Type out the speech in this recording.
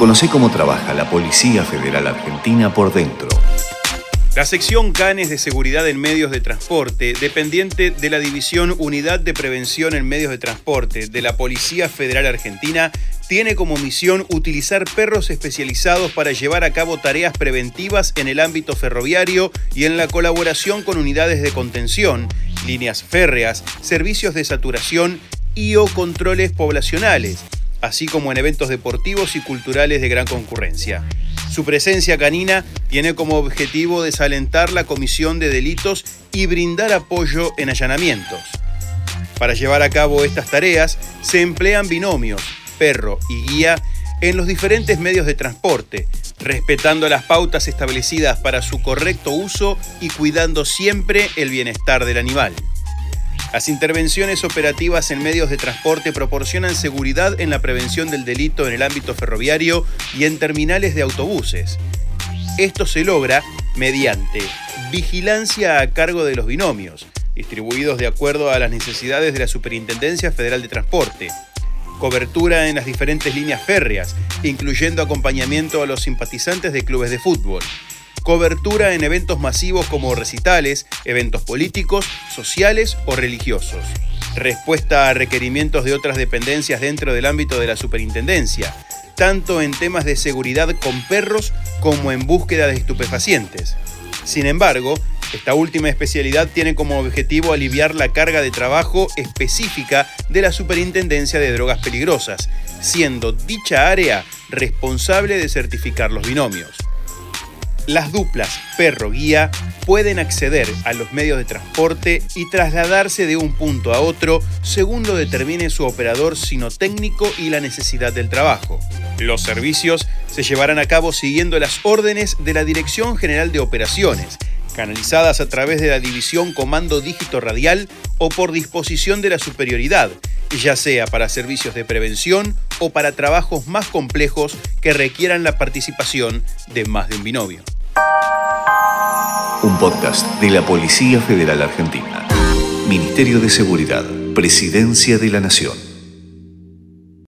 Conocé cómo trabaja la Policía Federal Argentina por dentro. La sección Canes de Seguridad en Medios de Transporte, dependiente de la División Unidad de Prevención en Medios de Transporte de la Policía Federal Argentina, tiene como misión utilizar perros especializados para llevar a cabo tareas preventivas en el ámbito ferroviario y en la colaboración con unidades de contención, líneas férreas, servicios de saturación y o controles poblacionales, así como en eventos deportivos y culturales de gran concurrencia. Su presencia canina tiene como objetivo desalentar la comisión de delitos y brindar apoyo en allanamientos. Para llevar a cabo estas tareas se emplean binomios, perro y guía, en los diferentes medios de transporte, respetando las pautas establecidas para su correcto uso y cuidando siempre el bienestar del animal. Las intervenciones operativas en medios de transporte proporcionan seguridad en la prevención del delito en el ámbito ferroviario y en terminales de autobuses. Esto se logra mediante vigilancia a cargo de los binomios, distribuidos de acuerdo a las necesidades de la Superintendencia Federal de Transporte, cobertura en las diferentes líneas férreas, incluyendo acompañamiento a los simpatizantes de clubes de fútbol, cobertura en eventos masivos como recitales, eventos políticos, sociales o religiosos, respuesta a requerimientos de otras dependencias dentro del ámbito de la superintendencia, tanto en temas de seguridad con perros como en búsqueda de estupefacientes. Sin embargo, esta última especialidad tiene como objetivo aliviar la carga de trabajo específica de la Superintendencia de Drogas Peligrosas, siendo dicha área responsable de certificar los binomios. Las duplas perro-guía pueden acceder a los medios de transporte y trasladarse de un punto a otro según lo determine su operador sinotécnico y la necesidad del trabajo. Los servicios se llevarán a cabo siguiendo las órdenes de la Dirección General de Operaciones, canalizadas a través de la División Comando Dígito Radial o por disposición de la superioridad, ya sea para servicios de prevención o para trabajos más complejos que requieran la participación de más de un binomio. Un podcast de la Policía Federal Argentina. Ministerio de Seguridad, Presidencia de la Nación.